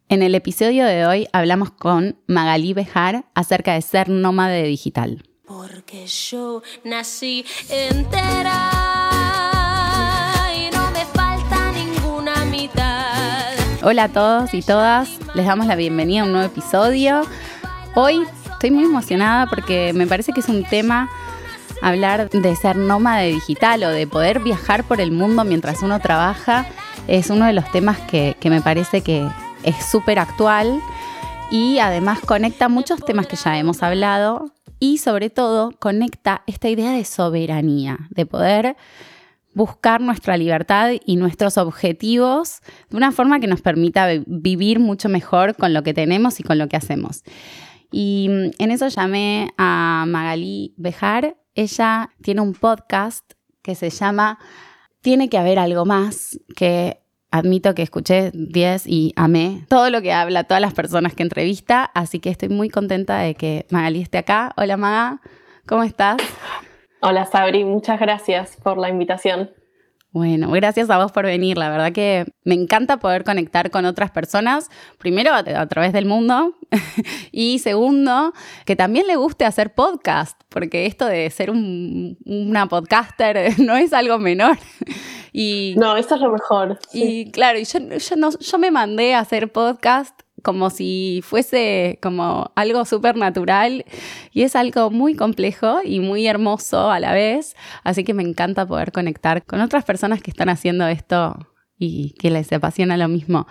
En el episodio de hoy hablamos con Magalí Bejar acerca de ser nómade digital. Porque yo nací entera y no me falta ninguna mitad. Hola a todos y todas, les damos la bienvenida a un nuevo episodio. Hoy estoy muy emocionada porque me parece que es un tema hablar de ser nómade digital o de poder viajar por el mundo mientras uno trabaja. Es uno de los temas que me parece que es súper actual y además conecta muchos temas que ya hemos hablado y sobre todo conecta esta idea de soberanía, de poder buscar nuestra libertad y nuestros objetivos de una forma que nos permita vivir mucho mejor con lo que tenemos y con lo que hacemos. Y en eso llamé a Magalí Bejar. Ella tiene un podcast que se llama Tiene que haber algo más, que admito que escuché 10 y amé todo lo que habla, todas las personas que entrevista, así que estoy muy contenta de que Magalí esté acá. Hola Maga, ¿cómo estás? Hola Sabri, muchas gracias por la invitación. Bueno, gracias a vos por venir. La verdad que me encanta poder conectar con otras personas, primero a través del mundo y segundo, que también le guste hacer podcast, porque esto de ser una podcaster no es algo menor. No, esto es lo mejor. Sí. Y claro, yo me mandé a hacer podcast como si fuese como algo súper natural y es algo muy complejo y muy hermoso a la vez, así que me encanta poder conectar con otras personas que están haciendo esto y que les apasiona lo mismo.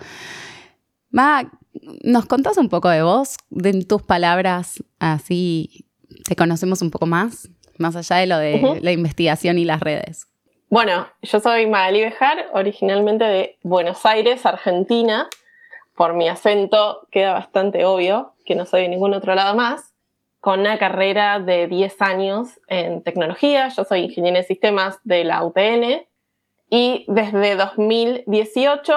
Ma, ¿nos contás un poco de vos? En tus palabras, así te conocemos un poco más allá de lo de la investigación y las redes. Bueno, yo soy Magalí Bejar, originalmente de Buenos Aires, Argentina. Por mi acento queda bastante obvio que no soy de ningún otro lado más, con una carrera de 10 años en tecnología. Yo soy ingeniera de sistemas de la UTN y desde 2018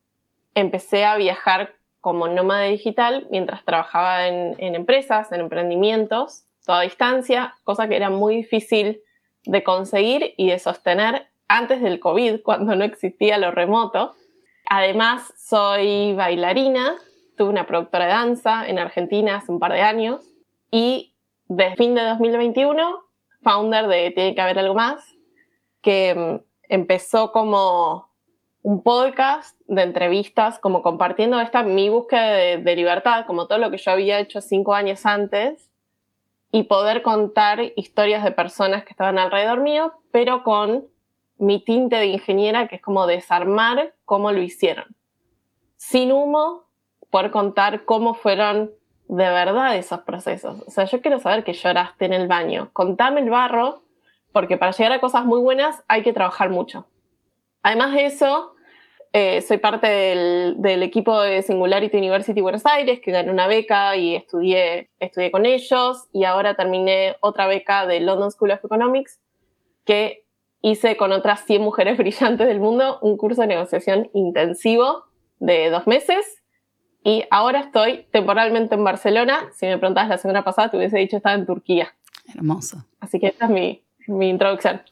empecé a viajar como nómada digital mientras trabajaba en empresas, en emprendimientos, toda distancia, cosa que era muy difícil de conseguir y de sostener antes del COVID, cuando no existía lo remoto. Además, soy bailarina, tuve una productora de danza en Argentina hace un par de años y desde fin de 2021, founder de Tiene que haber algo más, que empezó como un podcast de entrevistas, como compartiendo mi búsqueda de libertad, como todo lo que yo había hecho 5 años antes, y poder contar historias de personas que estaban alrededor mío, pero con mi tinte de ingeniera, que es como desarmar cómo lo hicieron. Sin humo, poder contar cómo fueron de verdad esos procesos. O sea, yo quiero saber que lloraste en el baño. Contame el barro, porque para llegar a cosas muy buenas hay que trabajar mucho. Además de eso, soy parte del equipo de Singularity University Buenos Aires, que gané una beca y estudié con ellos, y ahora terminé otra beca de London School of Economics, que hice con otras 100 mujeres brillantes del mundo un curso de negociación intensivo de 2 meses y ahora estoy temporalmente en Barcelona. Si me preguntabas la semana pasada te hubiese dicho que estaba en Turquía. Hermoso. Así que esta es mi introducción.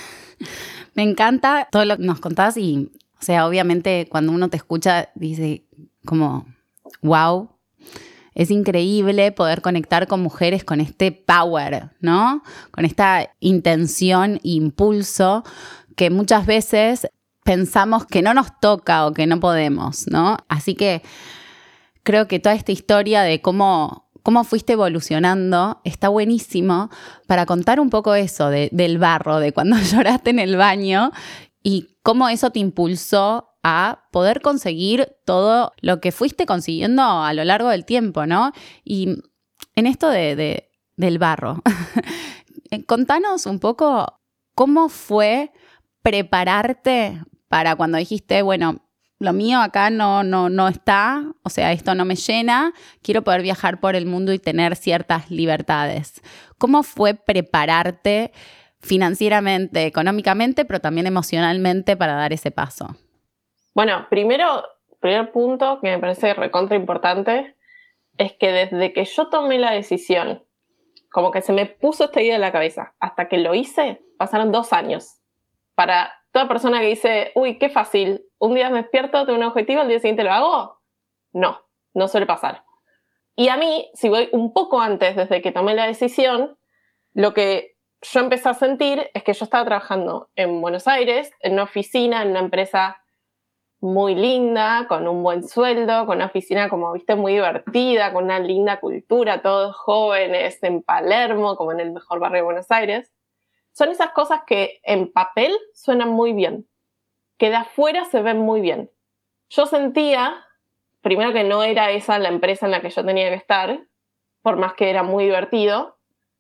Me encanta todo lo que nos contás y, o sea, obviamente cuando uno te escucha dice como, wow. Es increíble poder conectar con mujeres con este power, ¿no? Con esta intención e impulso que muchas veces pensamos que no nos toca o que no podemos, ¿no? Así que creo que toda esta historia de cómo fuiste evolucionando está buenísimo para contar un poco eso del barro, de cuando lloraste en el baño y cómo eso te impulsó a poder conseguir todo lo que fuiste consiguiendo a lo largo del tiempo, ¿no? Y en esto del barro, contanos un poco cómo fue prepararte para cuando dijiste, bueno, lo mío acá no está, o sea, esto no me llena, quiero poder viajar por el mundo y tener ciertas libertades. ¿Cómo fue prepararte financieramente, económicamente, pero también emocionalmente para dar ese paso? Bueno, primer punto que me parece recontra importante es que desde que yo tomé la decisión, como que se me puso esta idea en la cabeza, hasta que lo hice, pasaron 2 años. Para toda persona que dice, uy, qué fácil, un día me despierto, tengo un objetivo, al día siguiente lo hago, no. no suele pasar. Y a mí, si voy un poco antes, desde que tomé la decisión, lo que yo empecé a sentir es que yo estaba trabajando en Buenos Aires, en una oficina, en una empresa muy linda, con un buen sueldo, con una oficina, como viste, muy divertida, con una linda cultura, todos jóvenes, en Palermo, como en el mejor barrio de Buenos Aires. Son esas cosas que en papel suenan muy bien, que de afuera se ven muy bien. Yo sentía, primero, que no era esa la empresa en la que yo tenía que estar, por más que era muy divertido,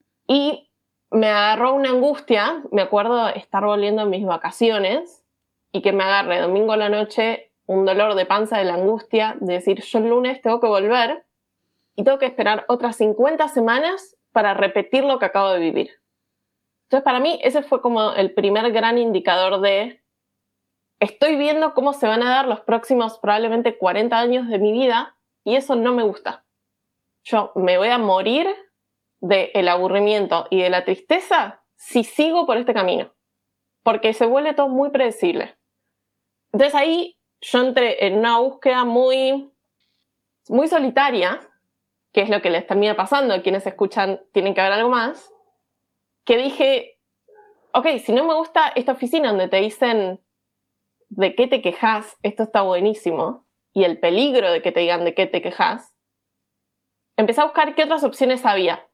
y me agarró una angustia. Me acuerdo estar volviendo en mis vacaciones y que me agarre domingo a la noche un dolor de panza de la angustia de decir, yo el lunes tengo que volver y tengo que esperar otras 50 semanas para repetir lo que acabo de vivir. Entonces, para mí, ese fue como el primer gran indicador de estoy viendo cómo se van a dar los próximos probablemente 40 años de mi vida y eso no me gusta. Yo me voy a morir del aburrimiento y de la tristeza si sigo por este camino, porque se vuelve todo muy predecible. Entonces ahí yo entré en una búsqueda muy, muy solitaria, que es lo que les termina pasando, quienes escuchan tienen que ver algo más, que dije, ok, si no me gusta esta oficina donde te dicen de qué te quejas, esto está buenísimo, y el peligro de que te digan de qué te quejas, empecé a buscar qué otras opciones había.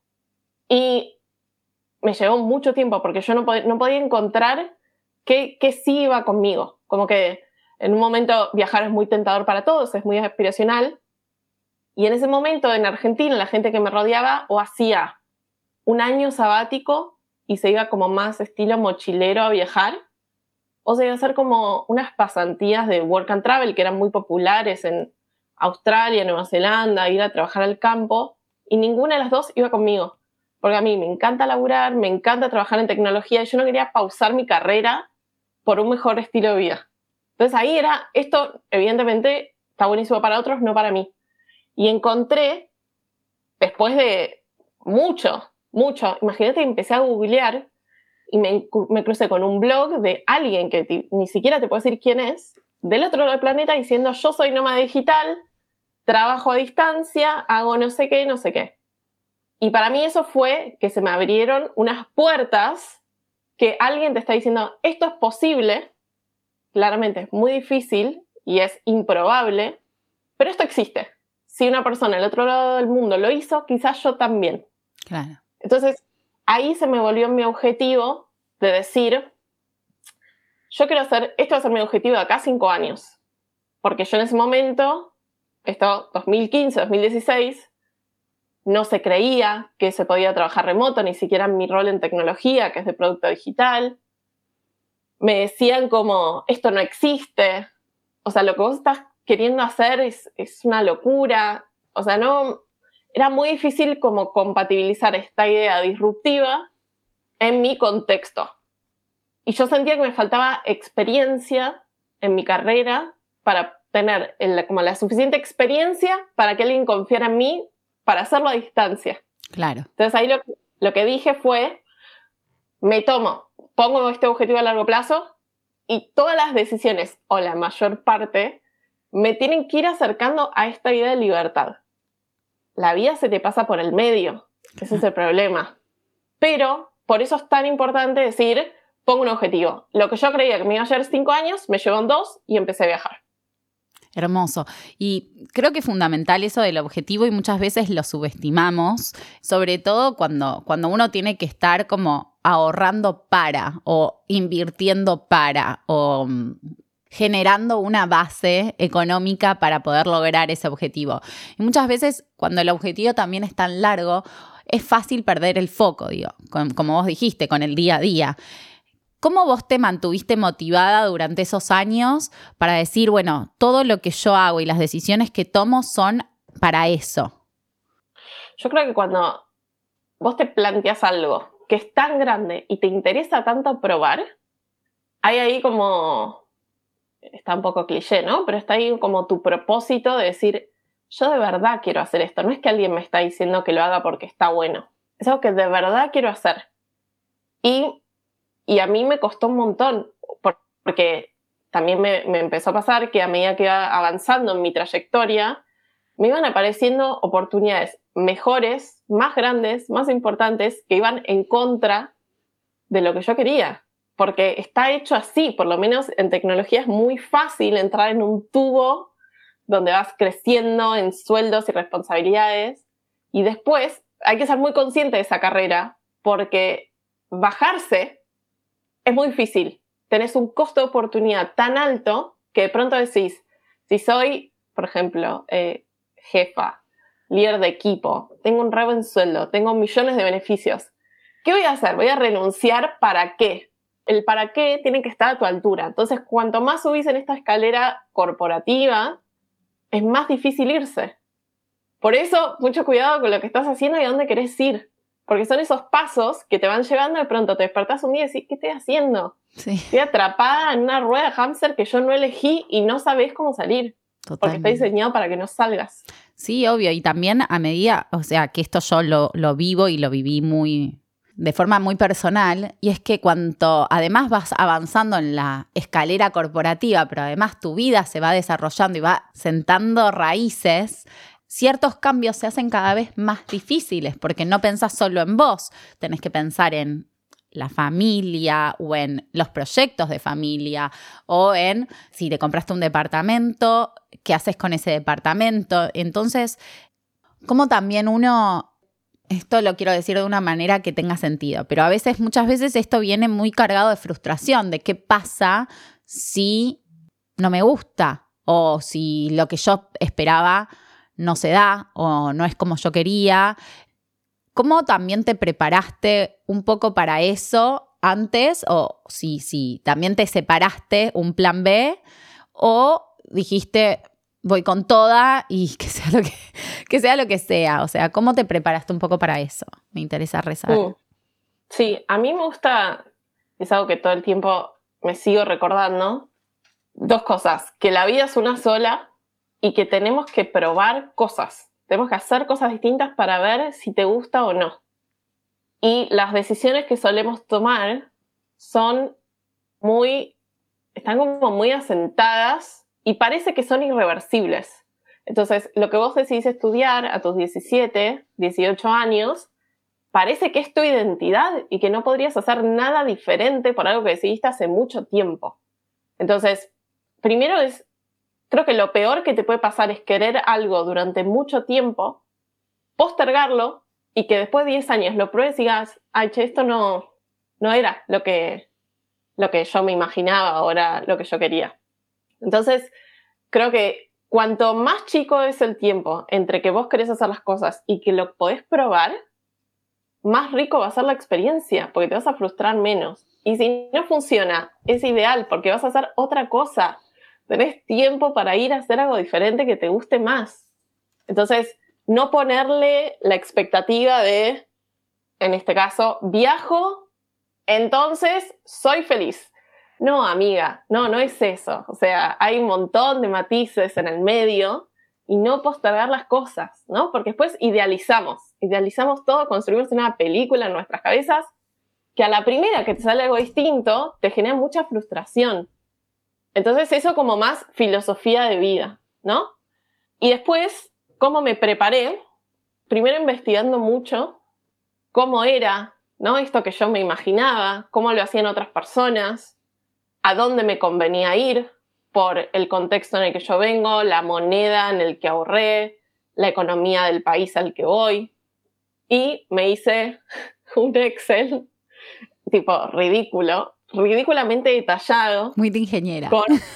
Y me llevó mucho tiempo porque yo no podía encontrar qué sí iba conmigo. Como que en un momento viajar es muy tentador para todos, es muy aspiracional. Y en ese momento en Argentina la gente que me rodeaba o hacía un año sabático y se iba como más estilo mochilero a viajar, o se iba a hacer como unas pasantías de work and travel que eran muy populares en Australia, Nueva Zelanda, ir a trabajar al campo, y ninguna de las dos iba conmigo. Porque a mí me encanta laburar, me encanta trabajar en tecnología y yo no quería pausar mi carrera por un mejor estilo de vida. Entonces ahí era, esto evidentemente está buenísimo para otros, no para mí. Y encontré, después de mucho, imagínate, empecé a googlear y me crucé con un blog de alguien que ni siquiera te puedo decir quién es, del otro lado del planeta, diciendo yo soy nómada digital, trabajo a distancia, hago no sé qué, no sé qué. Y para mí eso fue que se me abrieron unas puertas que alguien te está diciendo, esto es posible, claramente es muy difícil y es improbable, pero esto existe. Si una persona al otro lado del mundo lo hizo, quizás yo también. Claro. Entonces, ahí se me volvió mi objetivo de decir, yo quiero hacer, esto va a ser mi objetivo de acá 5 años. Porque yo en ese momento, esto 2015, 2016, no se creía que se podía trabajar remoto, ni siquiera en mi rol en tecnología, que es de producto digital. Me decían como, esto no existe. O sea, lo que vos estás queriendo hacer es una locura. O sea, no, era muy difícil como compatibilizar esta idea disruptiva en mi contexto. Y yo sentía que me faltaba experiencia en mi carrera para tener como la suficiente experiencia para que alguien confiara en mí para hacerlo a distancia. Claro. Entonces ahí lo que dije fue, pongo este objetivo a largo plazo y todas las decisiones, o la mayor parte, me tienen que ir acercando a esta idea de libertad. La vida se te pasa por el medio, ese es el problema. Pero por eso es tan importante decir, pongo un objetivo. Lo que yo creía que me iba a llevar 5 años, me llevó en 2 y empecé a viajar. Hermoso. Y creo que es fundamental eso del objetivo y muchas veces lo subestimamos, sobre todo cuando uno tiene que estar como ahorrando para o invirtiendo para o generando una base económica para poder lograr ese objetivo. Y muchas veces cuando el objetivo también es tan largo, es fácil perder el foco, digo, como vos dijiste, con el día a día. ¿Cómo vos te mantuviste motivada durante esos años para decir, bueno, todo lo que yo hago y las decisiones que tomo son para eso? Yo creo que cuando vos te planteas algo que es tan grande y te interesa tanto probar, hay ahí como, está un poco cliché, ¿no? Pero está ahí como tu propósito de decir, yo de verdad quiero hacer esto. No es que alguien me está diciendo que lo haga porque está bueno. Es algo que de verdad quiero hacer. Y a mí me costó un montón, porque también me empezó a pasar que a medida que iba avanzando en mi trayectoria, me iban apareciendo oportunidades mejores, más grandes, más importantes, que iban en contra de lo que yo quería. Porque está hecho así, por lo menos en tecnología es muy fácil entrar en un tubo donde vas creciendo en sueldos y responsabilidades, y después hay que ser muy consciente de esa carrera, porque bajarse es muy difícil. Tenés un costo de oportunidad tan alto que de pronto decís, si soy, por ejemplo, jefa, líder de equipo, tengo un re buen sueldo, tengo millones de beneficios, ¿qué voy a hacer? ¿Voy a renunciar para qué? El para qué tiene que estar a tu altura. Entonces, cuanto más subís en esta escalera corporativa, es más difícil irse. Por eso, mucho cuidado con lo que estás haciendo y a dónde querés ir. Porque son esos pasos que te van llevando, de pronto te despertás un día y decís, ¿qué estoy haciendo? Sí. Estoy atrapada en una rueda de hámster que yo no elegí y no sabés cómo salir. Totalmente. Porque está diseñado para que no salgas. Sí, obvio. Y también a medida, o sea, que esto yo lo vivo y lo viví de forma muy personal, y es que cuanto además vas avanzando en la escalera corporativa, pero además tu vida se va desarrollando y va sentando raíces, ciertos cambios se hacen cada vez más difíciles porque no pensás solo en vos, tenés que pensar en la familia o en los proyectos de familia o en si te compraste un departamento, qué haces con ese departamento. Entonces, como también uno, esto lo quiero decir de una manera que tenga sentido, pero a veces, muchas veces esto viene muy cargado de frustración, de qué pasa si no me gusta o si lo que yo esperaba no se da o no es como yo quería. ¿Cómo también te preparaste un poco para eso antes? O si también te separaste un plan B o dijiste voy con toda y que sea lo que sea. O sea, ¿cómo te preparaste un poco para eso? Me interesa saber. Sí, a mí me gusta, es algo que todo el tiempo me sigo recordando, dos cosas, que la vida es una sola y que tenemos que probar cosas. Tenemos que hacer cosas distintas para ver si te gusta o no. Y las decisiones que solemos tomar están como muy asentadas y parece que son irreversibles. Entonces, lo que vos decidís estudiar a tus 17, 18 años, parece que es tu identidad y que no podrías hacer nada diferente por algo que decidiste hace mucho tiempo. Entonces, primero creo que lo peor que te puede pasar es querer algo durante mucho tiempo, postergarlo y que después de 10 años lo pruebes y digas, ay, che, esto no era lo que yo me imaginaba, ahora lo que yo quería. Entonces, creo que cuanto más chico es el tiempo entre que vos querés hacer las cosas y que lo podés probar, más rico va a ser la experiencia, porque te vas a frustrar menos. Y si no funciona, es ideal, porque vas a hacer otra cosa. Tenés tiempo para ir a hacer algo diferente que te guste más. Entonces, no ponerle la expectativa de, en este caso, viajo, entonces soy feliz. No, amiga, no es eso. O sea, hay un montón de matices en el medio y no postergar las cosas, ¿no? Porque después idealizamos todo, construimos una película en nuestras cabezas que a la primera que te sale algo distinto te genera mucha frustración. Entonces eso como más filosofía de vida, ¿no? Y después, ¿cómo me preparé? Primero investigando mucho cómo era, ¿no? Esto que yo me imaginaba, cómo lo hacían otras personas, a dónde me convenía ir por el contexto en el que yo vengo, la moneda en el que ahorré, la economía del país al que voy. Y me hice un Excel tipo ridículamente detallado. Muy de ingeniera.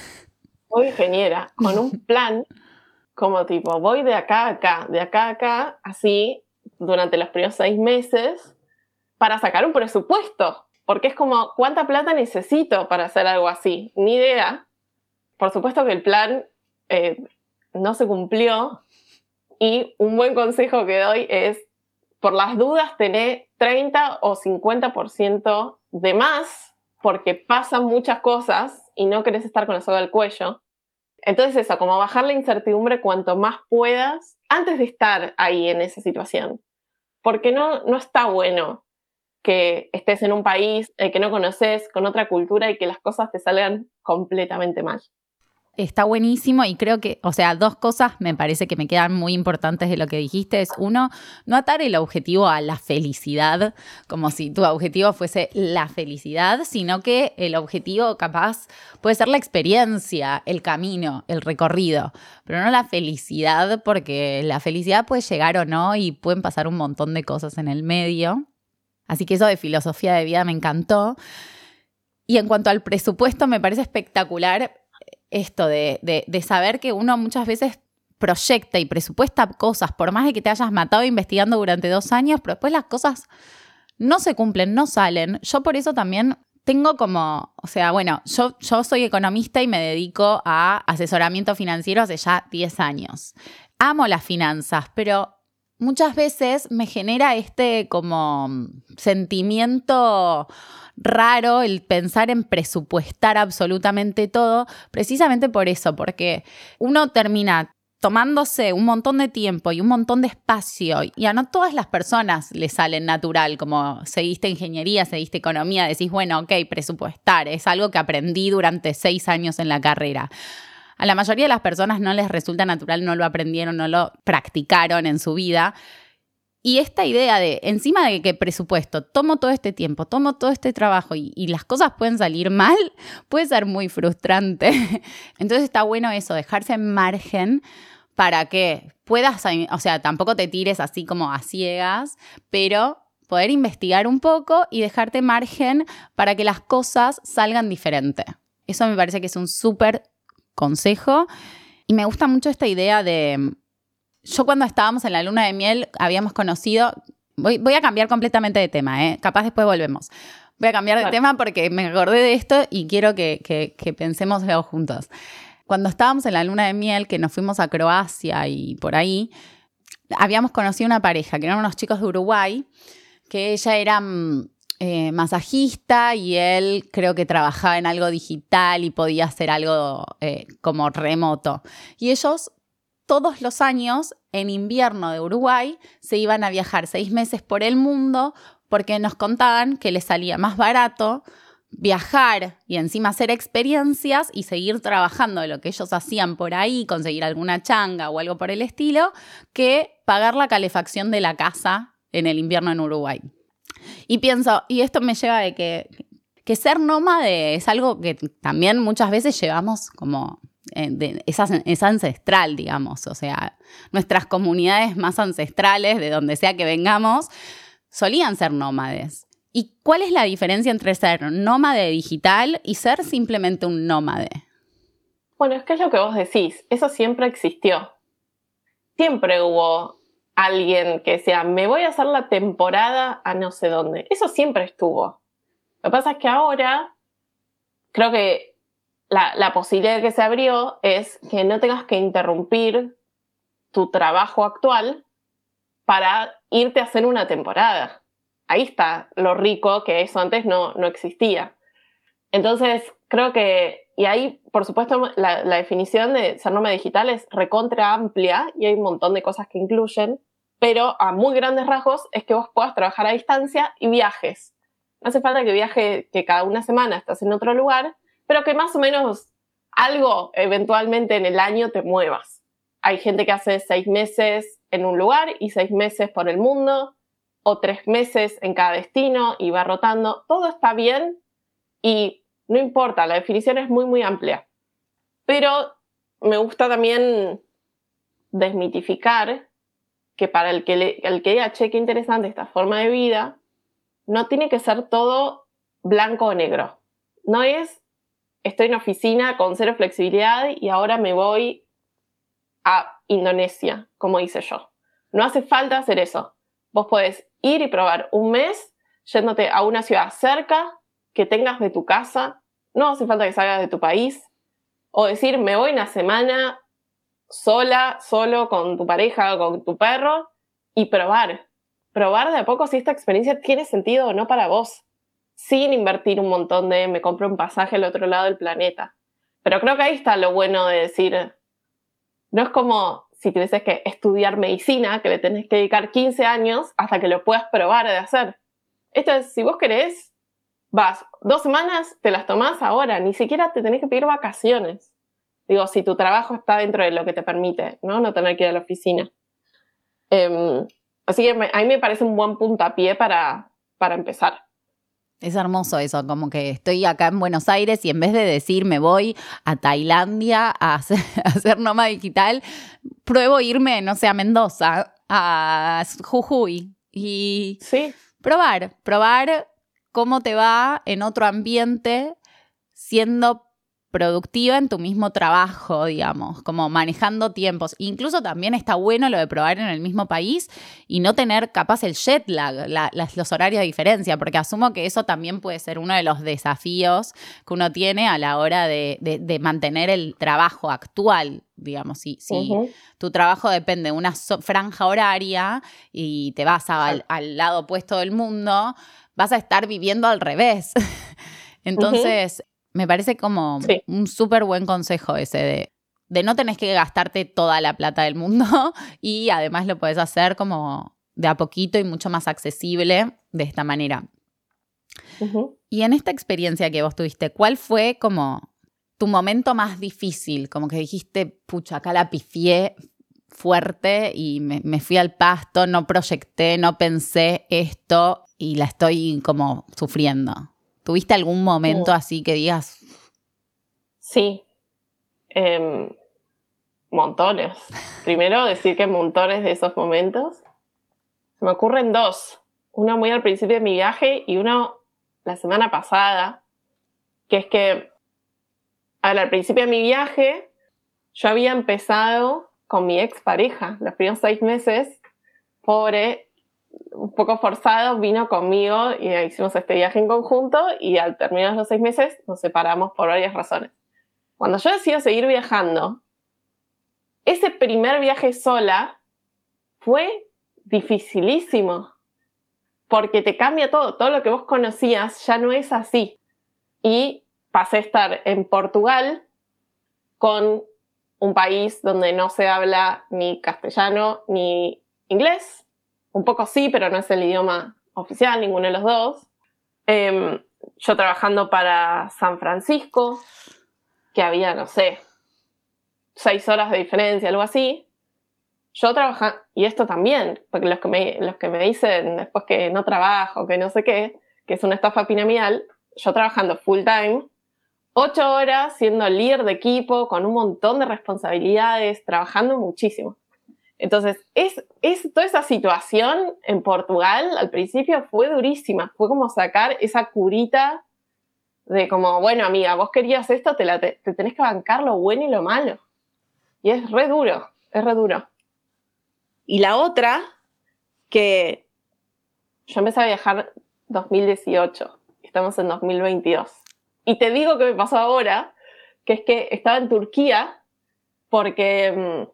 Muy ingeniera, con un plan como tipo, voy de acá a acá, de acá a acá, así, durante los primeros 6 meses, para sacar un presupuesto. Porque es como, ¿cuánta plata necesito para hacer algo así? Ni idea. Por supuesto que el plan no se cumplió. Y un buen consejo que doy es, por las dudas, tener 30 o 50% de más, porque pasan muchas cosas y no querés estar con la soga al cuello. Entonces eso, como bajar la incertidumbre cuanto más puedas antes de estar ahí en esa situación. Porque no está bueno que estés en un país que no conoces, con otra cultura y que las cosas te salgan completamente mal. está buenísimo y creo que, o sea, 2 cosas me parece que me quedan muy importantes de lo que dijiste. Es uno, no atar el objetivo a la felicidad, como si tu objetivo fuese la felicidad, sino que el objetivo capaz puede ser la experiencia, el camino, el recorrido, pero no la felicidad, porque la felicidad puede llegar o no y pueden pasar un montón de cosas en el medio. Así que eso de filosofía de vida me encantó. Y en cuanto al presupuesto, me parece espectacular esto de saber que uno muchas veces proyecta y presupuesta cosas, por más de que te hayas matado investigando durante 2 años, pero después las cosas no se cumplen, no salen. Yo por eso también tengo como, o sea, bueno, yo soy economista y me dedico a asesoramiento financiero hace ya 10 años. Amo las finanzas, pero muchas veces me genera este como sentimiento raro el pensar en presupuestar absolutamente todo, precisamente por eso, porque uno termina tomándose un montón de tiempo y un montón de espacio, y a no todas las personas les salen natural, como seguiste ingeniería, seguiste economía, decís, bueno, ok, presupuestar, es algo que aprendí durante 6 años en la carrera. A la mayoría de las personas no les resulta natural, no lo aprendieron, no lo practicaron en su vida. Y esta idea de, encima de que presupuesto, tomo todo este tiempo, tomo todo este trabajo y las cosas pueden salir mal, puede ser muy frustrante. Entonces está bueno eso, dejarse en margen para que puedas, o sea, tampoco te tires así como a ciegas, pero poder investigar un poco y dejarte margen para que las cosas salgan diferente. Eso me parece que es un súper consejo. Y me gusta mucho esta idea de... Yo cuando estábamos en la luna de miel habíamos conocido... Voy a cambiar completamente de tema, ¿eh? Capaz después volvemos. Voy a cambiar de tema porque me acordé de esto y quiero que pensemos luego juntos. Cuando estábamos en la luna de miel, que nos fuimos a Croacia y por ahí, habíamos conocido una pareja, que eran unos chicos de Uruguay, que ella era masajista y él creo que trabajaba en algo digital y podía hacer algo como remoto. Y ellos todos los años, en invierno de Uruguay, se iban a viajar 6 meses por el mundo porque nos contaban que les salía más barato viajar y encima hacer experiencias y seguir trabajando de lo que ellos hacían por ahí, conseguir alguna changa o algo por el estilo, que pagar la calefacción de la casa en el invierno en Uruguay. Y pienso, y esto me lleva de que ser nómade es algo que también muchas veces llevamos como... es ancestral, digamos. O sea, nuestras comunidades más ancestrales, de donde sea que vengamos, solían ser nómades. ¿Y cuál es la diferencia entre ser nómade digital y ser simplemente un nómade? Bueno, es que es lo que vos decís. Eso siempre existió. Siempre hubo alguien que decía, me voy a hacer la temporada a no sé dónde. Eso siempre estuvo. Lo que pasa es que ahora creo que la posibilidad que se abrió es que no tengas que interrumpir tu trabajo actual para irte a hacer una temporada. Ahí está lo rico, que eso antes no existía. Entonces, creo que, y ahí, por supuesto, la definición de ser nómada digital es recontra amplia y hay un montón de cosas que incluyen, pero a muy grandes rasgos es que vos puedas trabajar a distancia y viajes. No hace falta que viaje, que cada una semana estás en otro lugar, pero que más o menos algo eventualmente en el año te muevas. Hay gente que hace 6 meses en un lugar y 6 meses por el mundo, o 3 meses en cada destino y va rotando. Todo está bien y no importa, la definición es muy, muy amplia. Pero me gusta también desmitificar que para el que diga, che, qué interesante esta forma de vida, no tiene que ser todo blanco o negro. No es, estoy en oficina con 0 flexibilidad y ahora me voy a Indonesia, como hice yo. No hace falta hacer eso. Vos podés ir y probar un mes yéndote a una ciudad cerca que tengas de tu casa. No hace falta que salgas de tu país. O decir, me voy una semana sola, solo, con tu pareja o con tu perro y probar. Probar de a poco si esta experiencia tiene sentido o no para vos. Sin invertir un montón de me compro un pasaje al otro lado del planeta. Pero creo que ahí está lo bueno de decir, no es como si tuvieses que estudiar medicina, que le tenés que dedicar 15 años hasta que lo puedas probar de hacer. Esto es, si vos querés, vas 2 semanas, te las tomás ahora, ni siquiera te tenés que pedir vacaciones. Digo, si tu trabajo está dentro de lo que te permite, no tener que ir a la oficina. Así que a mí me parece un buen puntapié para empezar. Es hermoso eso, como que estoy acá en Buenos Aires y en vez de decir me voy a Tailandia a hacer nómada digital, pruebo irme, no sé, a Mendoza, a Jujuy y Sí. probar cómo te va en otro ambiente siendo productiva en tu mismo trabajo, digamos, como manejando tiempos. Incluso también está bueno lo de probar en el mismo país y no tener capaz el jet lag, los horarios de diferencia, porque asumo que eso también puede ser uno de los desafíos que uno tiene a la hora de mantener el trabajo actual, digamos. Si tu trabajo depende de una franja horaria y te vas al lado opuesto del mundo, vas a estar viviendo al revés. Entonces, me parece como un súper buen consejo ese de no tenés que gastarte toda la plata del mundo y además lo podés hacer como de a poquito y mucho más accesible de esta manera. Y en esta experiencia que vos tuviste, ¿cuál fue como tu momento más difícil? Como que dijiste, pucha, acá la pifié fuerte y me fui al pasto, no proyecté, no pensé esto y la estoy como sufriendo. ¿Tuviste algún momento así que digas? Sí, montones. Primero decir que montones de esos momentos. Se me ocurren dos. Uno muy al principio de mi viaje y uno la semana pasada, que es que al principio de mi viaje yo había empezado con mi expareja. Los primeros 6 meses, pobre, un poco forzado, vino conmigo y hicimos este viaje en conjunto y al terminar los 6 meses nos separamos por varias razones. Cuando yo decido seguir viajando, ese primer viaje sola fue dificilísimo porque te cambia todo lo que vos conocías ya no es así. Y pasé a estar en Portugal con un país donde no se habla ni castellano ni inglés. Un poco sí, pero no es el idioma oficial, ninguno de los dos. Yo trabajando para San Francisco, que había, no sé, 6 horas de diferencia, algo así. Yo trabajando, y esto también, porque los que me dicen después que no trabajo, que no sé qué, que es una estafa piramidal, yo trabajando full time, 8 horas siendo líder de equipo, con un montón de responsabilidades, trabajando muchísimo. Entonces, toda esa situación en Portugal al principio fue durísima. Fue como sacar esa curita de como, bueno, amiga, vos querías esto, te tenés que bancar lo bueno y lo malo. Y es re duro, es re duro. Y la otra, que yo empecé a viajar 2018, estamos en 2022. Y te digo que me pasó ahora, que es que estaba en Turquía porque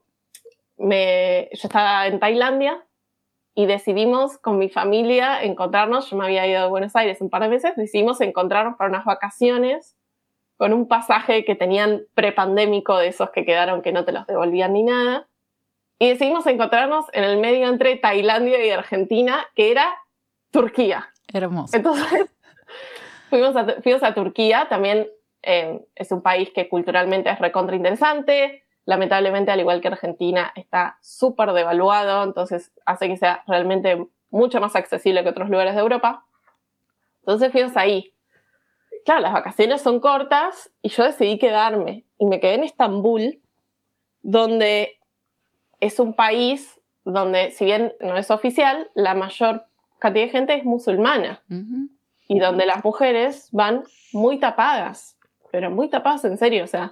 yo estaba en Tailandia y decidimos con mi familia encontrarnos. Yo me había ido de Buenos Aires un par de meses, decidimos encontrarnos para unas vacaciones con un pasaje que tenían prepandémico de esos que quedaron que no te los devolvían ni nada. Y decidimos encontrarnos en el medio entre Tailandia y Argentina, que era Turquía. Hermoso. Entonces fuimos a Turquía. También es un país que culturalmente es recontra interesante. Lamentablemente, al igual que Argentina, está súper devaluado, entonces hace que sea realmente mucho más accesible que otros lugares de Europa. Entonces fuimos ahí. Claro, las vacaciones son cortas y yo decidí quedarme. Y me quedé en Estambul, donde es un país donde, si bien no es oficial, la mayor cantidad de gente es musulmana. Y donde las mujeres van muy tapadas, pero muy tapadas en serio, o sea,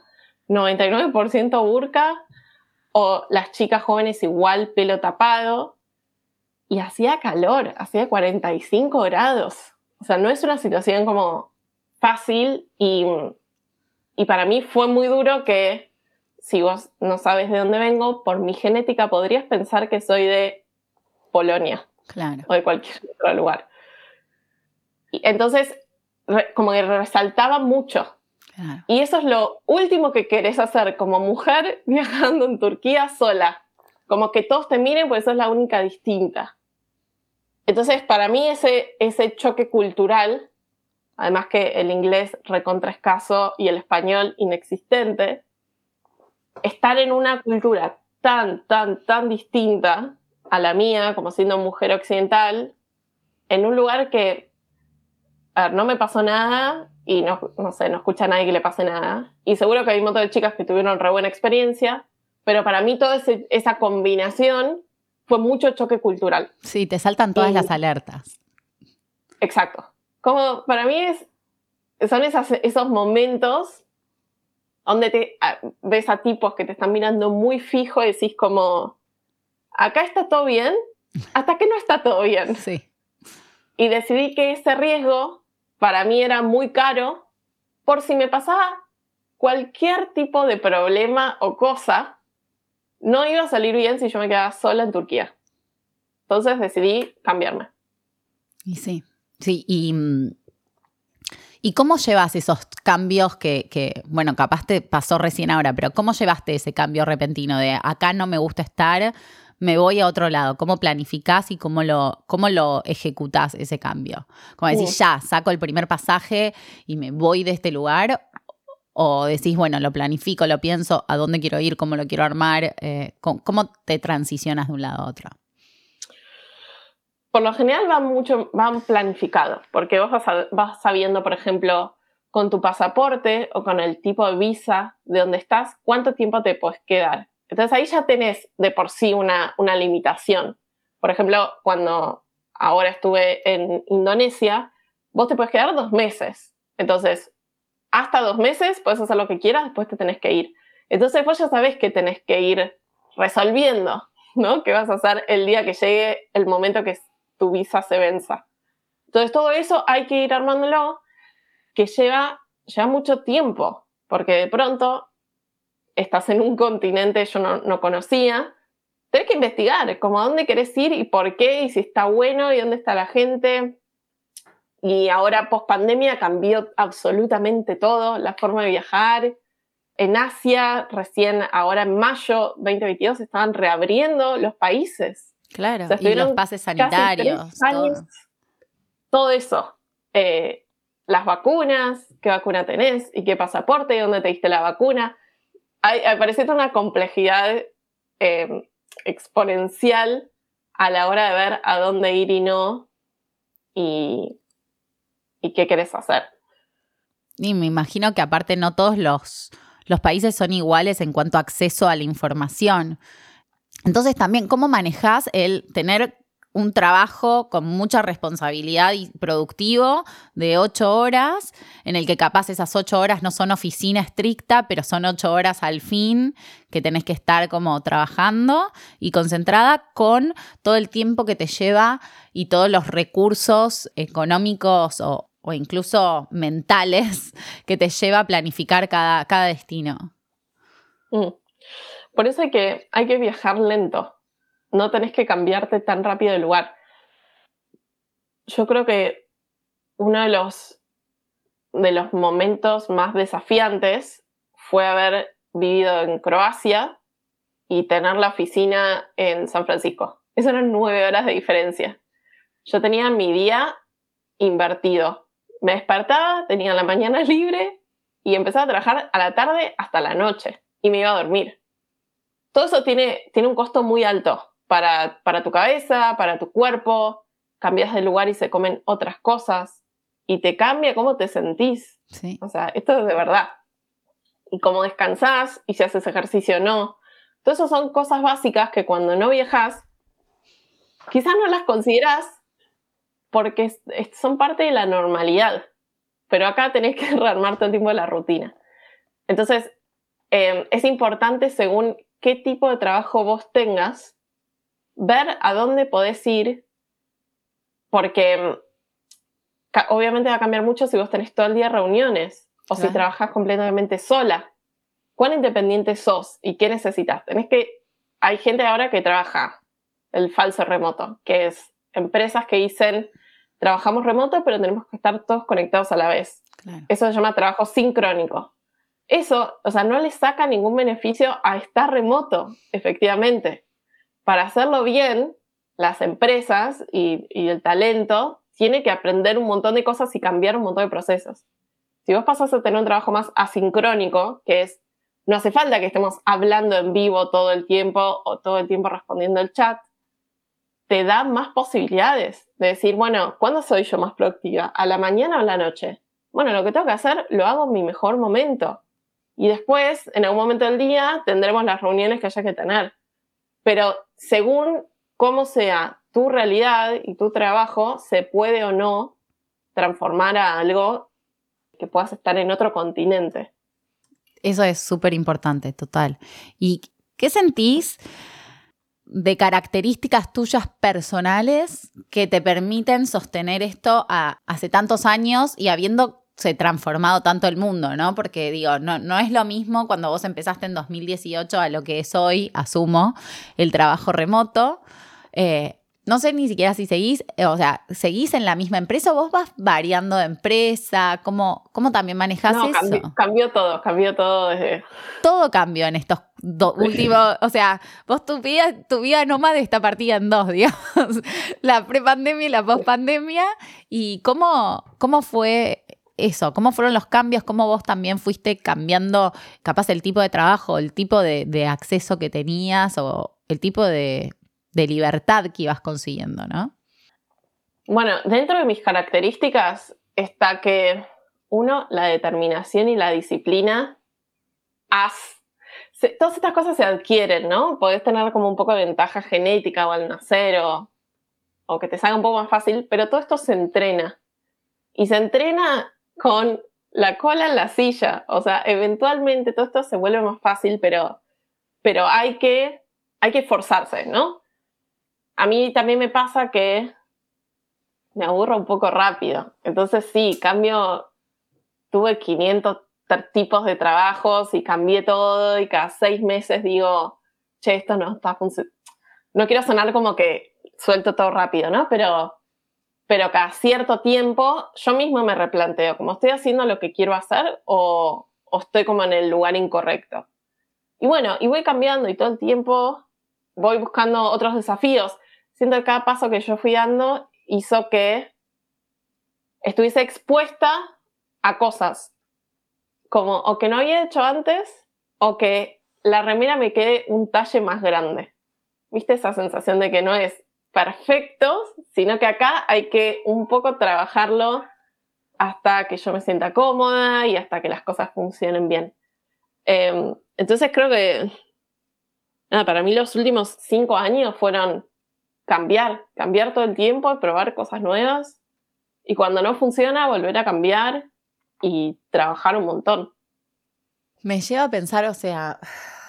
99% burka, o las chicas jóvenes igual pelo tapado, y hacía calor, hacía 45 grados. O sea, no es una situación como fácil y para mí fue muy duro que, si vos no sabes de dónde vengo, por mi genética podrías pensar que soy de Polonia. Claro. O de cualquier otro lugar. Y entonces, como que resaltaba mucho. Claro. Y eso es lo último que querés hacer como mujer viajando en Turquía sola. Como que todos te miren porque sos la única distinta. Entonces, para mí ese choque cultural, además que el inglés recontra escaso y el español inexistente, estar en una cultura tan distinta a la mía, como siendo mujer occidental, en un lugar que, a ver, no me pasó nada y no sé, no escucha a nadie que le pase nada. Y seguro que hay un montón de chicas que tuvieron re buena experiencia, pero para mí toda esa combinación fue mucho choque cultural. Sí, te saltan todas las alertas. Exacto. Como para mí son esos momentos donde ves a tipos que te están mirando muy fijo y decís como, acá está todo bien, hasta que no está todo bien. Sí. Y decidí que ese riesgo para mí era muy caro por si me pasaba cualquier tipo de problema o cosa, no iba a salir bien si yo me quedaba sola en Turquía. Entonces decidí cambiarme. Y sí. ¿Y cómo llevas esos cambios que, bueno, capaz te pasó recién ahora, pero cómo llevaste ese cambio repentino de acá no me gusta estar, me voy a otro lado? ¿Cómo planificás y cómo lo ejecutás ese cambio? Como decís, ya, saco el primer pasaje y me voy de este lugar, o decís, bueno, lo planifico, lo pienso, a dónde quiero ir, cómo lo quiero armar, ¿cómo te transicionas de un lado a otro? Por lo general van planificados, porque vos vas sabiendo, por ejemplo, con tu pasaporte o con el tipo de visa de donde estás, cuánto tiempo te puedes quedar. Entonces ahí ya tenés de por sí una limitación. Por ejemplo, cuando ahora estuve en Indonesia, vos te puedes quedar 2 meses. Entonces, hasta 2 meses puedes hacer lo que quieras, después te tenés que ir. Entonces vos ya sabés que tenés que ir resolviendo, ¿no? ¿Qué vas a hacer el día que llegue el momento que tu visa se venza? Entonces todo eso hay que ir armándolo, que lleva mucho tiempo, porque de pronto estás en un continente que yo no conocía, tenés que investigar como a dónde querés ir y por qué, y si está bueno y dónde está la gente. Y ahora post pandemia cambió absolutamente todo, la forma de viajar. En Asia, recién ahora en mayo 2022, estaban reabriendo los países. Claro, o sea, y los pases sanitarios. Casi 3 años, todo eso. Las vacunas, qué vacuna tenés y qué pasaporte y dónde te diste la vacuna. Parece una complejidad exponencial a la hora de ver a dónde ir y no, y qué querés hacer. Y me imagino que aparte no todos los países son iguales en cuanto a acceso a la información. Entonces también, ¿cómo manejás el tener un trabajo con mucha responsabilidad y productivo de 8 horas, en el que capaz esas 8 horas no son oficina estricta, pero son 8 horas al fin que tenés que estar como trabajando y concentrada, con todo el tiempo que te lleva y todos los recursos económicos o incluso mentales que te lleva a planificar cada destino? Por eso hay que viajar lento. No tenés que cambiarte tan rápido de lugar. Yo creo que uno de los momentos más desafiantes fue haber vivido en Croacia y tener la oficina en San Francisco. Eso eran 9 horas de diferencia. Yo tenía mi día invertido. Me despertaba, tenía la mañana libre y empezaba a trabajar a la tarde hasta la noche y me iba a dormir. Todo eso tiene un costo muy alto para tu cabeza, para tu cuerpo. Cambias de lugar y se comen otras cosas y te cambia cómo te sentís. Sí. O sea, esto es de verdad. Y cómo descansás y si haces ejercicio o no. Todo eso son cosas básicas que cuando no viajas quizás no las considerás porque son parte de la normalidad. Pero acá tenés que rearmar todo el tiempo la rutina. Entonces, es importante, según qué tipo de trabajo vos tengas, ver a dónde podés ir, porque obviamente va a cambiar mucho si vos tenés todo el día reuniones o si trabajás completamente sola. ¿Cuán independiente sos y qué necesitas? Hay gente ahora que trabaja el falso remoto, que es empresas que dicen, trabajamos remoto, pero tenemos que estar todos conectados a la vez. Claro. Eso se llama trabajo sincrónico. Eso, o sea, no le saca ningún beneficio a estar remoto, efectivamente. Para hacerlo bien, las empresas y el talento tiene que aprender un montón de cosas y cambiar un montón de procesos. Si vos pasás a tener un trabajo más asincrónico, que es no hace falta que estemos hablando en vivo todo el tiempo o todo el tiempo respondiendo el chat. Te da más posibilidades de decir, bueno, ¿cuándo soy yo más productiva? ¿A la mañana o a la noche? Bueno, lo que tengo que hacer lo hago en mi mejor momento. Y después, en algún momento del día, tendremos las reuniones que haya que tener. Pero según cómo sea tu realidad y tu trabajo, se puede o no transformar a algo que puedas estar en otro continente. Eso es súper importante, total. ¿Y qué sentís de características tuyas personales que te permiten sostener esto hace tantos años y habiéndose transformado tanto el mundo, ¿no? Porque digo, no es lo mismo cuando vos empezaste en 2018 a lo que es hoy, asumo, el trabajo remoto. No sé ni siquiera si seguís en la misma empresa o vos vas variando de empresa, ¿cómo también manejás eso? Cambió todo desde... Todo cambió en estos últimos, o sea, vos tu vida nómada está partida en dos, digamos, la prepandemia y la pospandemia, y cómo fue eso, cómo fueron los cambios, cómo vos también fuiste cambiando capaz el tipo de trabajo, el tipo de acceso que tenías o el tipo de libertad que ibas consiguiendo, ¿no? Bueno, dentro de mis características está que, uno, la determinación y la disciplina. Todas estas cosas se adquieren, ¿no? Podés tener como un poco de ventaja genética o al nacer o que te salga un poco más fácil, pero todo esto se entrena. Y se entrena con la cola en la silla. O sea, eventualmente todo esto se vuelve más fácil, pero hay que esforzarse, ¿no? A mí también me pasa que me aburro un poco rápido. Entonces sí, tuve 500 tipos de trabajos y cambié todo y cada 6 meses digo, che, esto no está funcionando. No quiero sonar como que suelto todo rápido, ¿no? Pero cada cierto tiempo yo mismo me replanteo, como estoy haciendo lo que quiero hacer o estoy como en el lugar incorrecto. Y bueno, y voy cambiando y todo el tiempo voy buscando otros desafíos. Siento que cada paso que yo fui dando hizo que estuviese expuesta a cosas como o que no había hecho antes o que la remera me quede un talle más grande. ¿Viste esa sensación de que no es perfecto, sino que acá hay que un poco trabajarlo hasta que yo me sienta cómoda y hasta que las cosas funcionen bien? Entonces creo que para mí los últimos 5 años fueron cambiar todo el tiempo, probar cosas nuevas y cuando no funciona volver a cambiar y trabajar un montón. Me lleva a pensar, o sea,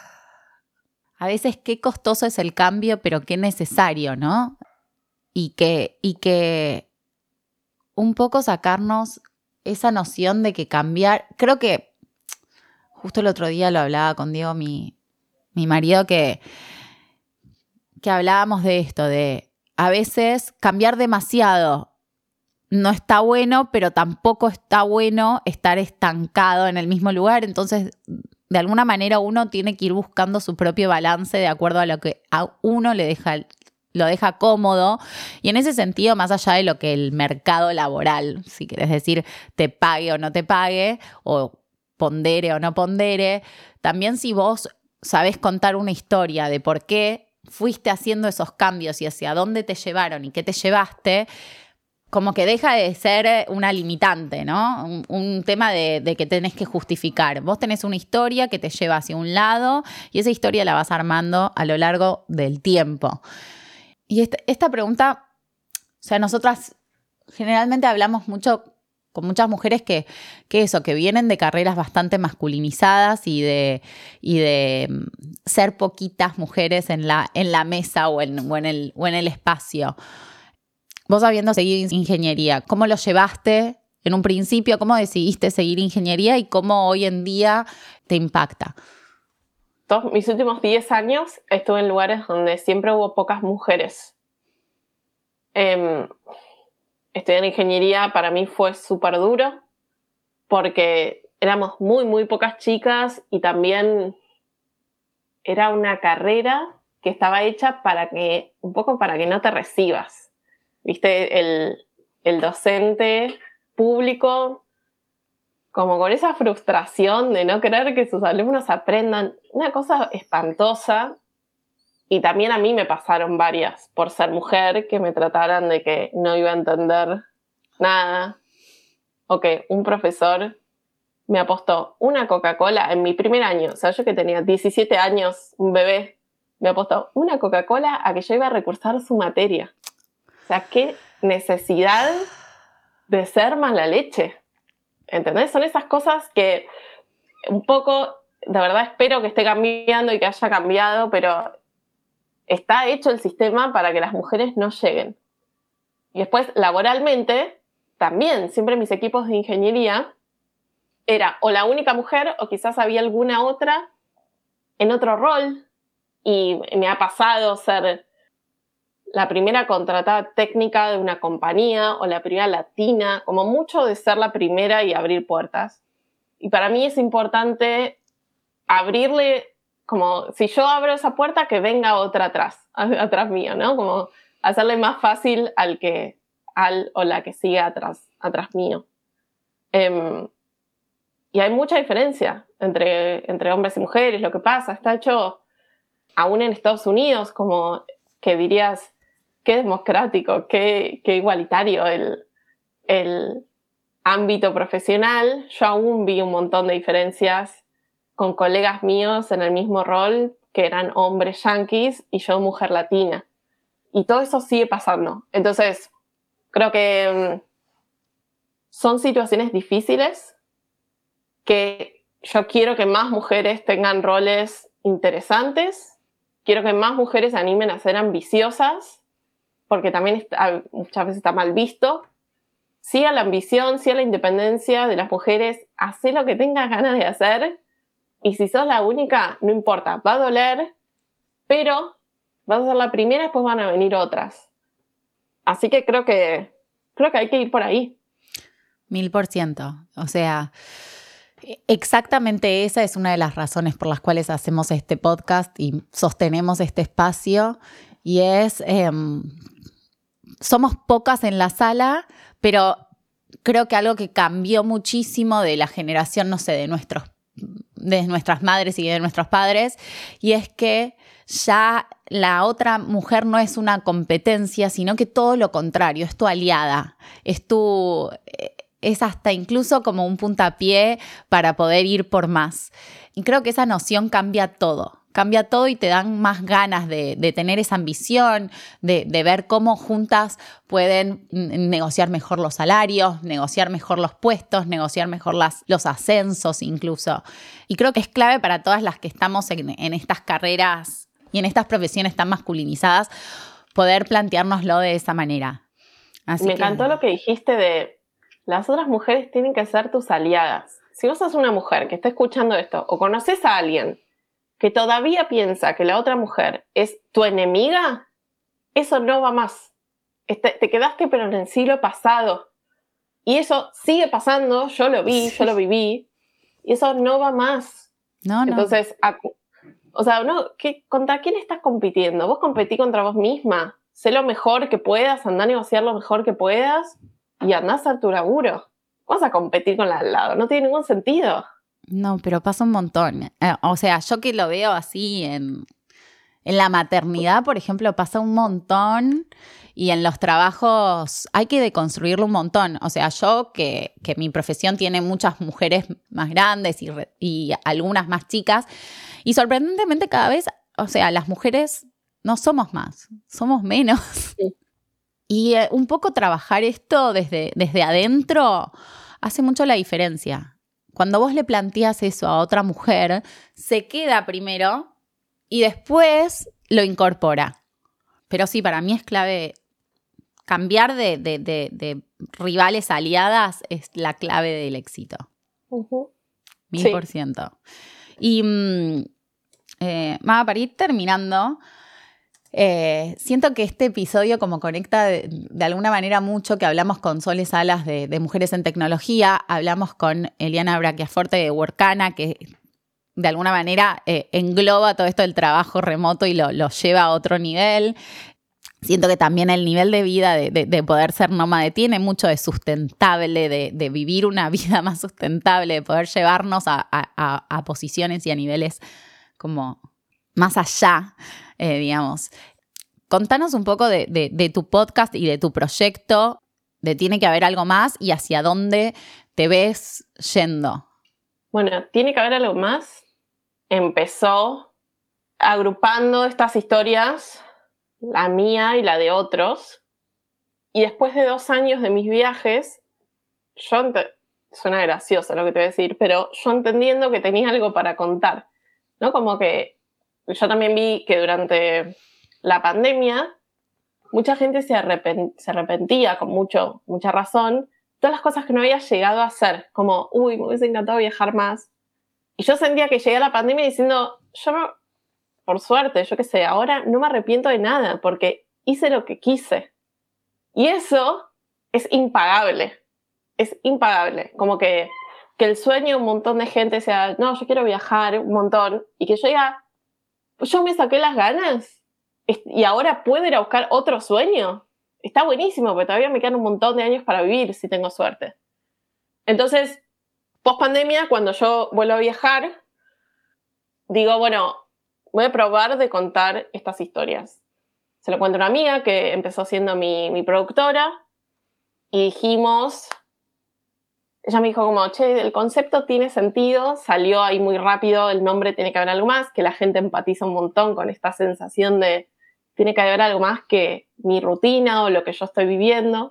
a veces qué costoso es el cambio, pero qué necesario, ¿no? Y que un poco sacarnos esa noción de que cambiar, creo que justo el otro día lo hablaba con Diego, mi marido, que hablábamos de esto, de a veces cambiar demasiado no está bueno, pero tampoco está bueno estar estancado en el mismo lugar. Entonces, de alguna manera uno tiene que ir buscando su propio balance de acuerdo a lo que a uno lo deja cómodo. Y en ese sentido, más allá de lo que el mercado laboral, si querés decir, te pague o no te pague, o pondere o no pondere, también si vos sabés contar una historia de por qué fuiste haciendo esos cambios y hacia dónde te llevaron y qué te llevaste, como que deja de ser una limitante, ¿no? Un tema de que tenés que justificar. Vos tenés una historia que te lleva hacia un lado y esa historia la vas armando a lo largo del tiempo. Y esta pregunta, o sea, nosotras generalmente hablamos mucho con muchas mujeres que vienen de carreras bastante masculinizadas y de ser poquitas mujeres en la mesa o en el espacio. Vos habiendo seguido ingeniería, ¿cómo lo llevaste en un principio? ¿Cómo decidiste seguir ingeniería y cómo hoy en día te impacta? Todos mis últimos 10 años estuve en lugares donde siempre hubo pocas mujeres. Estudiar ingeniería para mí fue súper duro porque éramos muy, muy pocas chicas y también era una carrera que estaba hecha un poco para que no te recibas. ¿Viste? El docente público como con esa frustración de no querer que sus alumnos aprendan. Una cosa espantosa. Y también a mí me pasaron varias, por ser mujer, que me trataran de que no iba a entender nada. O que un profesor me apostó una Coca-Cola en mi primer año. O sea, yo que tenía 17 años, un bebé, me apostó una Coca-Cola a que yo iba a recursar su materia. O sea, qué necesidad de ser mala leche. ¿Entendés? Son esas cosas que un poco, de verdad espero que esté cambiando y que haya cambiado, pero está hecho el sistema para que las mujeres no lleguen. Y después, laboralmente, también, siempre mis equipos de ingeniería, era o la única mujer o quizás había alguna otra en otro rol. Y me ha pasado ser la primera contratada técnica de una compañía o la primera latina, como mucho de ser la primera y abrir puertas. Y para mí es importante abrirle, como si yo abro esa puerta, que venga otra atrás mío, ¿no? Como hacerle más fácil al o la que sigue atrás mío. Y hay mucha diferencia entre hombres y mujeres. Lo que pasa, está hecho aún en Estados Unidos, como que dirías, qué democrático, qué igualitario el ámbito profesional. Yo aún vi un montón de diferencias con colegas míos en el mismo rol, que eran hombres yanquis y yo mujer latina. Y todo eso sigue pasando. Entonces, creo que son situaciones difíciles que yo quiero que más mujeres tengan roles interesantes. Quiero que más mujeres se animen a ser ambiciosas, porque también muchas veces está mal visto. Sí a la ambición, sí a la independencia de las mujeres. Hacé lo que tengas ganas de hacer. Y si sos la única, no importa, va a doler, pero vas a ser la primera y después van a venir otras. Así que creo que hay que ir por ahí. 1000%. O sea, exactamente esa es una de las razones por las cuales hacemos este podcast y sostenemos este espacio. Y es, somos pocas en la sala, pero creo que algo que cambió muchísimo de la generación, no sé, de nuestras madres y de nuestros padres, y es que ya la otra mujer no es una competencia, sino que todo lo contrario, es tu aliada, es hasta incluso como un puntapié para poder ir por más. Y creo que esa noción cambia todo y te dan más ganas de tener esa ambición, de ver cómo juntas pueden negociar mejor los salarios, negociar mejor los puestos, negociar mejor los ascensos incluso. Y creo que es clave para todas las que estamos en estas carreras y en estas profesiones tan masculinizadas, poder planteárnoslo de esa manera. Me encantó lo que dijiste de las otras mujeres tienen que ser tus aliadas. Si vos sos una mujer que está escuchando esto o conoces a alguien que todavía piensa que la otra mujer es tu enemiga, eso no va más. Te quedaste pero en el siglo pasado. Y eso sigue pasando, yo lo vi, yo lo viví, y eso no va más. No. Entonces, o sea, ¿contra quién estás compitiendo? Vos competí contra vos misma. Sé lo mejor que puedas, andá a negociar lo mejor que puedas y andá a hacer tu laburo. Vas a competir con la al lado, no tiene ningún sentido. No, pero pasa un montón. O sea, yo que lo veo así en la maternidad, por ejemplo, pasa un montón, y en los trabajos hay que deconstruirlo un montón. O sea, yo que mi profesión tiene muchas mujeres más grandes y algunas más chicas, y sorprendentemente cada vez, o sea, las mujeres no somos más, somos menos. Sí. Y un poco trabajar esto desde adentro hace mucho la diferencia. Cuando vos le planteas eso a otra mujer, se queda primero y después lo incorpora. Pero sí, para mí es clave cambiar de rivales a aliadas, es la clave del éxito. 1000%. Sí. Y para ir terminando, siento que este episodio como conecta de alguna manera mucho, que hablamos con Sole Salas de Mujeres en Tecnología, hablamos con Eliana Brachiaforte de Workana, que de alguna manera engloba todo esto del trabajo remoto y lo lleva a otro nivel. siento que también el nivel de vida de poder ser nómade tiene mucho de sustentable, de vivir una vida más sustentable, de poder llevarnos a posiciones y a niveles como más allá, digamos. Contanos un poco de tu podcast y de tu proyecto, de Tiene que haber algo más y hacia dónde te ves yendo. Bueno, Tiene que haber algo más. Empezó agrupando estas historias, la mía y la de otros, y después de 2 años de mis viajes, suena gracioso lo que te voy a decir, pero yo entendiendo que tenía algo para contar, ¿no? Como que yo también vi que durante la pandemia mucha gente se arrepentía con mucha razón, todas las cosas que no había llegado a hacer, como, me hubiese encantado viajar más. Y yo sentía que llegué a la pandemia diciendo, por suerte, yo qué sé, ahora no me arrepiento de nada porque hice lo que quise. Y eso es impagable. Es impagable. Como que el sueño de un montón de gente sea, no, yo quiero viajar un montón. Y que yo diga, pues yo me saqué las ganas y ahora puedo ir a buscar otro sueño. Está buenísimo, porque todavía me quedan un montón de años para vivir si tengo suerte. Entonces, post pandemia, cuando yo vuelvo a viajar, digo, bueno, voy a probar de contar estas historias. Se lo cuento a una amiga que empezó siendo mi productora y dijimos, ella me dijo como, che, el concepto tiene sentido, salió ahí muy rápido, el nombre Tiene que haber algo más, que la gente empatiza un montón con esta sensación de tiene que haber algo más que mi rutina o lo que yo estoy viviendo.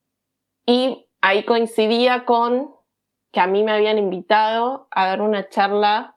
Y ahí coincidía con que a mí me habían invitado a dar una charla.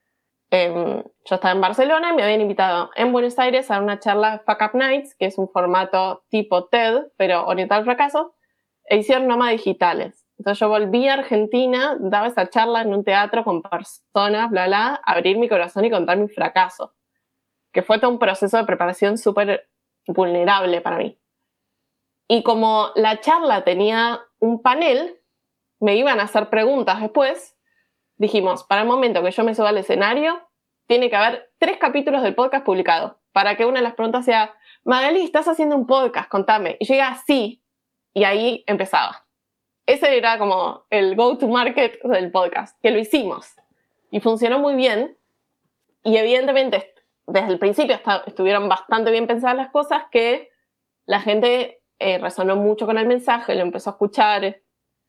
Yo estaba en Barcelona y me habían invitado en Buenos Aires a dar una charla Fuck Up Nights, que es un formato tipo TED, pero orientado al fracaso, edición nómada digitales. Entonces yo volví a Argentina, daba esa charla en un teatro con personas, bla, bla, abrir mi corazón y contar mi fracaso, que fue todo un proceso de preparación súper vulnerable para mí. Y como la charla tenía un panel, me iban a hacer preguntas después, dijimos, para el momento que yo me suba al escenario, tiene que haber 3 capítulos del podcast publicados, para que una de las preguntas sea, Magali, ¿estás haciendo un podcast? Contame. Y llega sí, y ahí empezaba. Ese era como el go-to-market del podcast, que lo hicimos. Y funcionó muy bien. Y evidentemente, desde el principio estuvieron bastante bien pensadas las cosas, que la gente resonó mucho con el mensaje, lo empezó a escuchar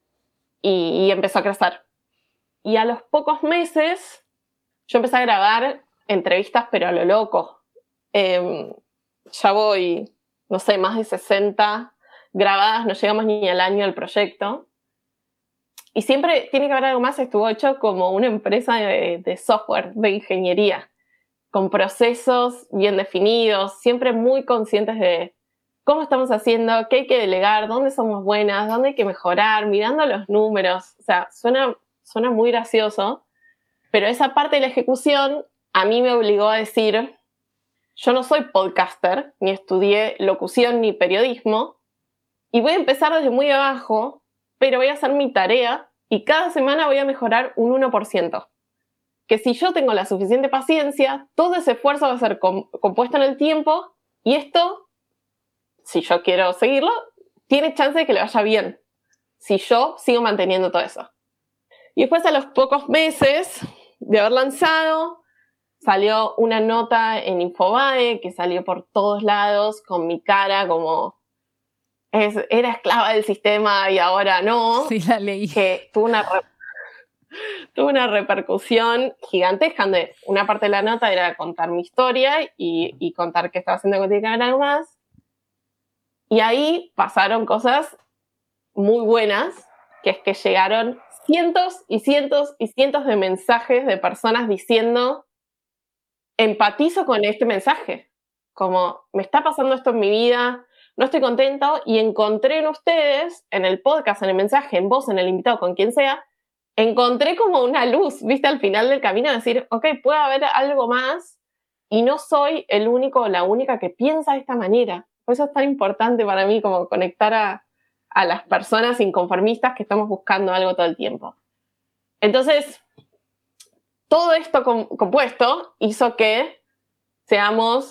y empezó a crecer. Y a los pocos meses, yo empecé a grabar entrevistas, pero a lo loco. Ya voy, no sé, más de 60 grabadas, no llegamos ni al año del proyecto. Y siempre Tiene que haber algo más, estuvo hecho como una empresa de software, de ingeniería, con procesos bien definidos, siempre muy conscientes de cómo estamos haciendo, qué hay que delegar, dónde somos buenas, dónde hay que mejorar, mirando los números. O sea, suena muy gracioso, pero esa parte de la ejecución a mí me obligó a decir, yo no soy podcaster, ni estudié locución ni periodismo, y voy a empezar desde muy abajo, pero voy a hacer mi tarea y cada semana voy a mejorar un 1%. Que si yo tengo la suficiente paciencia, todo ese esfuerzo va a ser compuesto en el tiempo y esto, si yo quiero seguirlo, tiene chance de que le vaya bien, si yo sigo manteniendo todo eso. Y después a los pocos meses de haber lanzado, salió una nota en Infobae que salió por todos lados con mi cara como era esclava del sistema y ahora no. Sí, la leí. Que tuvo una repercusión gigantesca, donde una parte de la nota era contar mi historia y contar qué estaba haciendo con Tiene que haber algo más. Y ahí pasaron cosas muy buenas, que es que llegaron cientos y cientos y cientos de mensajes de personas diciendo, empatizo con este mensaje, como me está pasando esto en mi vida, no estoy contento, y encontré en ustedes, en el podcast, en el mensaje, en vos, en el invitado, con quien sea, encontré como una luz, viste, al final del camino, decir, ok, puede haber algo más, y no soy el único o la única que piensa de esta manera. Por eso es tan importante para mí como conectar a las personas inconformistas que estamos buscando algo todo el tiempo. Entonces, todo esto compuesto hizo que seamos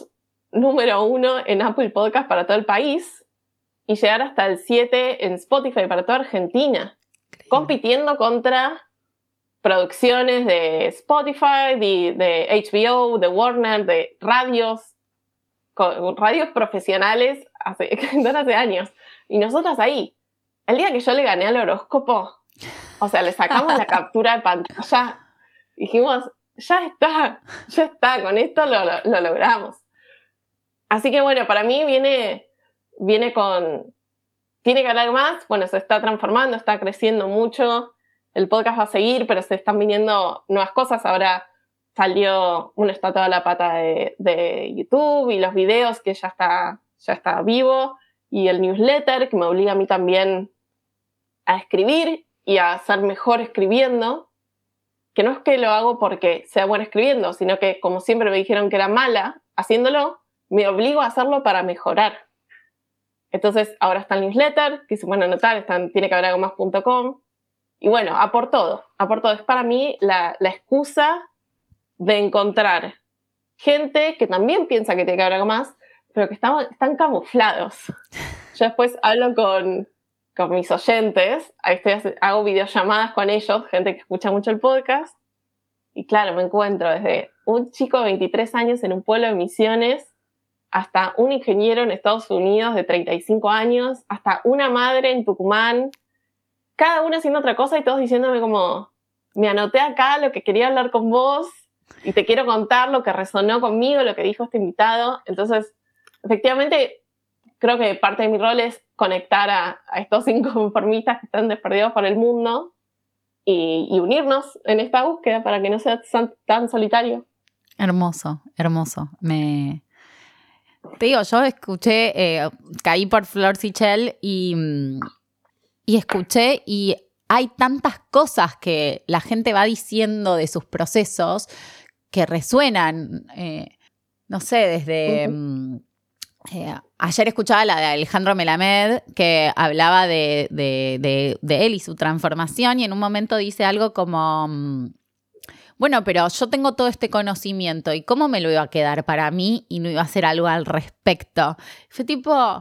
número 1 en Apple Podcast para todo el país y llegar hasta el 7 en Spotify para toda Argentina, compitiendo contra producciones de Spotify, de HBO, de Warner, de radios profesionales desde hace años. Y nosotras ahí, el día que yo le gané al horóscopo, o sea, le sacamos la captura de pantalla, dijimos, ya está, con esto lo logramos. Así que bueno, para mí viene con... Tiene que haber más, bueno, se está transformando, está creciendo mucho, el podcast va a seguir, pero se están viniendo nuevas cosas. Ahora salió una estatua de la pata de YouTube y los videos que ya está vivo, y el newsletter que me obliga a mí también a escribir y a ser mejor escribiendo, que no es que lo hago porque sea buena escribiendo, sino que como siempre me dijeron que era mala haciéndolo, me obligo a hacerlo para mejorar. Entonces ahora está el newsletter, que se pueden anotar, tiene que haber algo más.com. Y bueno, a por todo. Es para mí la excusa de encontrar gente que también piensa que tiene que haber algo más, pero que están camuflados. Yo después hablo con mis oyentes, hago videollamadas con ellos, gente que escucha mucho el podcast, y claro, me encuentro desde un chico de 23 años en un pueblo de Misiones, hasta un ingeniero en Estados Unidos de 35 años, hasta una madre en Tucumán, cada uno haciendo otra cosa y todos diciéndome como, me anoté acá lo que quería hablar con vos y te quiero contar lo que resonó conmigo, lo que dijo este invitado. Entonces, efectivamente, creo que parte de mi rol es conectar a estos inconformistas que están desperdigados por el mundo y unirnos en esta búsqueda para que no sea tan solitario. Hermoso. Te digo, yo escuché, caí por Flor Sichel y escuché, y hay tantas cosas que la gente va diciendo de sus procesos que resuenan, no sé, desde... ayer escuchaba la de Alejandro Melamed, que hablaba de él y su transformación, y en un momento dice algo como... Bueno, pero yo tengo todo este conocimiento, ¿y cómo me lo iba a quedar para mí y no iba a hacer algo al respecto? Fue tipo,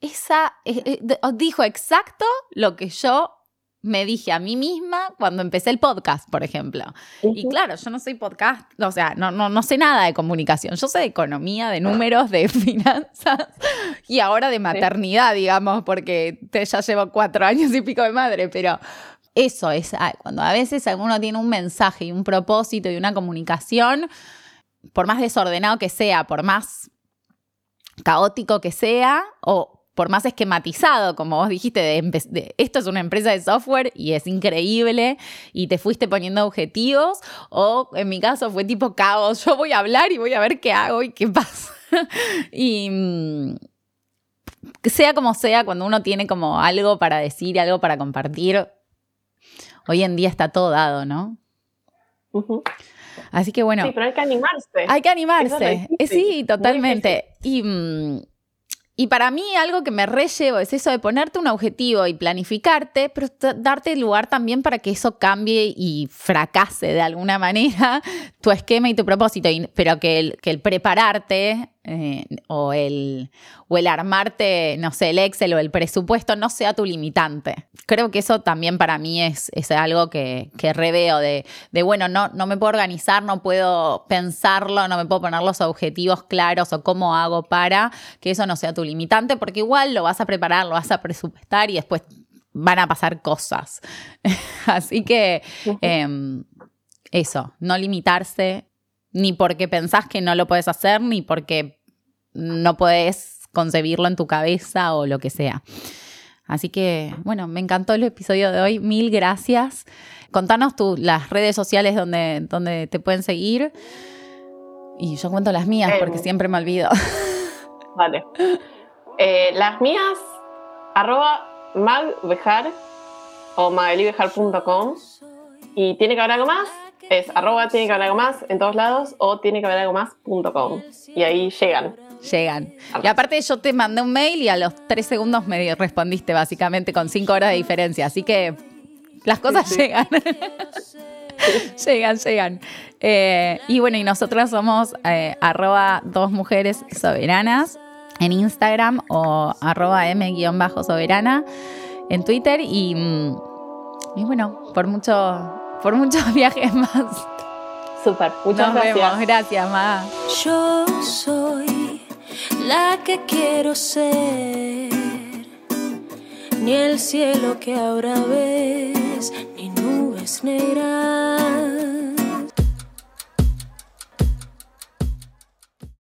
dijo exacto lo que yo me dije a mí misma cuando empecé el podcast, por ejemplo. Y claro, yo no soy podcast, o sea, no sé nada de comunicación. Yo sé de economía, de números, de finanzas y ahora de maternidad, digamos, porque ya llevo 4 años y pico de madre, pero... Eso es cuando a veces uno tiene un mensaje y un propósito y una comunicación, por más desordenado que sea, por más caótico que sea, o por más esquematizado, como vos dijiste, esto es una empresa de software y es increíble y te fuiste poniendo objetivos, o en mi caso fue tipo caos, yo voy a hablar y voy a ver qué hago y qué pasa. Y sea como sea, cuando uno tiene como algo para decir, algo para compartir, hoy en día está todo dado, ¿no? Uh-huh. Así que bueno. Sí, pero hay que animarse. Hay que animarse. Sí, totalmente. Y para mí algo que me rellevo es eso de ponerte un objetivo y planificarte, pero darte lugar también para que eso cambie y fracase de alguna manera tu esquema y tu propósito. Pero que el prepararte o el armarte, no sé, el Excel o el presupuesto no sea tu limitante. Creo que eso también para mí es algo que reveo de bueno, no me puedo organizar, no puedo pensarlo, no me puedo poner los objetivos claros o cómo hago para que eso no sea tu limitante, porque igual lo vas a preparar, lo vas a presupuestar y después van a pasar cosas. Así que eso, no limitarse ni porque pensás que no lo puedes hacer, ni porque no podés concebirlo en tu cabeza o lo que sea. Así que, bueno, me encantó el episodio de hoy. 1000 gracias. Contanos las redes sociales donde te pueden seguir. Y yo cuento las mías porque siempre me olvido. Vale. Las mías, @magbejar o magalibejar.com. Y tiene que haber algo más. Es @tiene que haber algo más en todos lados o tiene que haber algo más.com. Y ahí llegan. Y aparte yo te mandé un mail y a los 3 segundos me respondiste básicamente con 5 horas de diferencia. Así que las cosas llegan. Llegan. Y bueno, y nosotras somos @2mujeressoberanas en Instagram o @m_soberana en Twitter y bueno, por muchos viajes más. Súper, muchas gracias. Nos vemos, gracias, Ma. Yo soy la que quiero ser, ni el cielo que ahora ves, ni nubes negras.